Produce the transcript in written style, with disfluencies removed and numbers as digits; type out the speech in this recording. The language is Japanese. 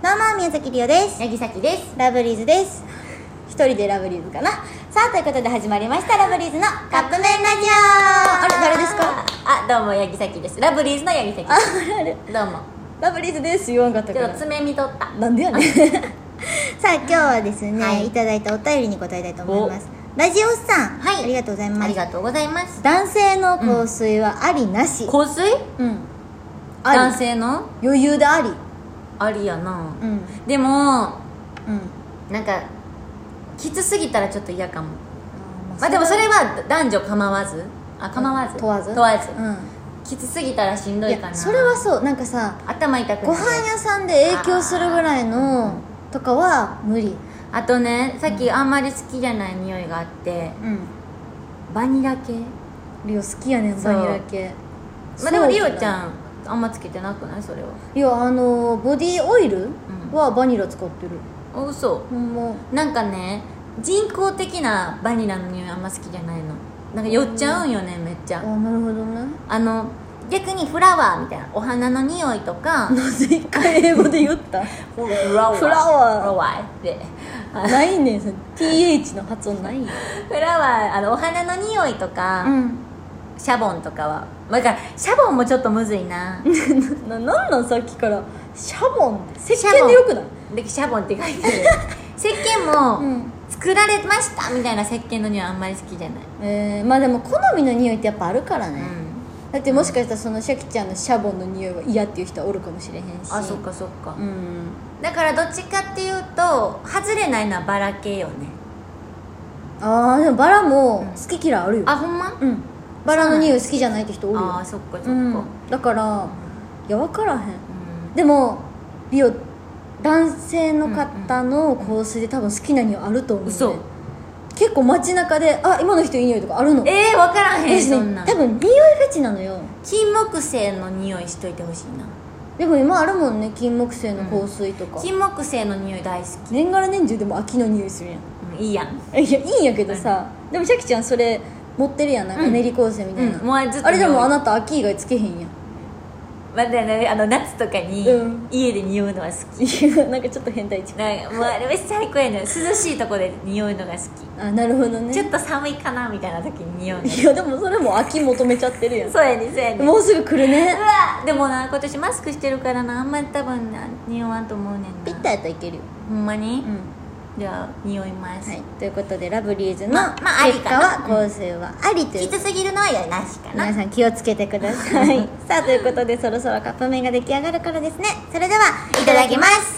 どうも宮崎りおです。 八木崎です。 ラブリーズです。一人でラブリーズかな。さあということで始まりましたラブリーズのカップ麺ラジオ。あれ誰ですか？ あ、どうも八木崎です。ラブリーズの八木崎です。 あれどうも。 ラブリーズです言わんかったから。 ちょっと爪見とった。 なんでやねん。さあ今日はですね、 はい、 いただいたお便りに答えたいと思います。ラジオスさん、 はい、 ありがとうございます。 ありがとうございます。 男性の香水はありなし？ 香水？ うん。 男性の？ 余裕であり。 ありやな。 うん。 でも、 うん。 なんかきつすぎたらちょっと嫌かも。まあでもそれは男女構わず、構わず、 問わず、 問わず、 うん、 きつすぎたらしんどいかな。 それはそう、なんかさ、 頭痛くなる。 ご飯屋さんで影響するぐらいのとかは無理。 あとね、さっきあんまり好きじゃない匂いがあって、 うん、 バニラ系。 リオ好きやねん、バニラ系。 まあでもリオちゃんあんまつけてなくない？それは。 いや、ボディオイルはバニラ使ってる。 あ、嘘。 ほんま。 なんかね、人工的なバニラの匂いあんま好きじゃないの。なんか酔っちゃうんよね、めっちゃ。 あ、なるほどね。 逆にフラワーみたいなお花の匂いとか。 なぜ一回英語で言った？ フラワー。 フラワー。 フラワーって。 ないねん、TH の発音ないよ。 フラワー、お花の匂いとか、 うん、 シャボンとかは。だからシャボンもちょっとむずいな。 なんなんさっきからシャボンって石鹸でよくない？ でシャボンって書いてる。石鹸も、作られましたみたいな石鹸の匂いあんまり好きじゃない。 まあでも好みの匂いってやっぱあるからね、 うん、 だってもしかしたらそのシャキちゃんのシャボンの匂いは嫌っていう人はおるかもしれへんし。 あ、そっかそっか、 うん、 だからどっちかっていうと外れないのはバラ系よね。 ああ、でもバラも好き嫌いあるよ、 あ、ほんま？ うん、バラの匂い好きじゃないって人おるよ。 あ、そっかそっか、 だからいや分からへん、でもリオ男性の方の香水で多分好きな匂いあると思うね。 嘘。 結構街中であ、今の人いい匂いとかあるの。 分からへん、そんな。 多分匂いフェチなのよ。 金木犀の匂いしといてほしいな。 でも今あるもんね、金木犀の香水とか、 金木犀の匂い大好き。 年がら年中でも秋の匂いするやん、 いいやん。 いや、いいんやけどさ、でもシャキちゃんそれ持ってるやん、なんか練り香水みたいな、 もうずっとあれでもあなた秋以外つけへんやん。 待ってね、夏とかに家で匂うのは好き。 いや、なんかちょっと変態ちなんかもうあれは最高やねん。涼しいとこで匂うのが好き。 あ、なるほどね。 ちょっと寒いかなみたいな時に匂うの。 いや、でもそれも秋求めちゃってるやん。 そうやね、そうやね。 もうすぐ来るね。 うわ、でもな、今年マスクしてるからな、あんまり多分な匂わんと思うねんな。 ピッタやったらいけるよ。 ほんまに？ うん。 じゃあ匂います。 はい、ということでラブリーズのまああり結果かなは香水はありという、 きつすぎるのはよなしかな。 皆さん気をつけてください。さあということでそろそろカップ麺が出来上がるからですね。それではいただきます。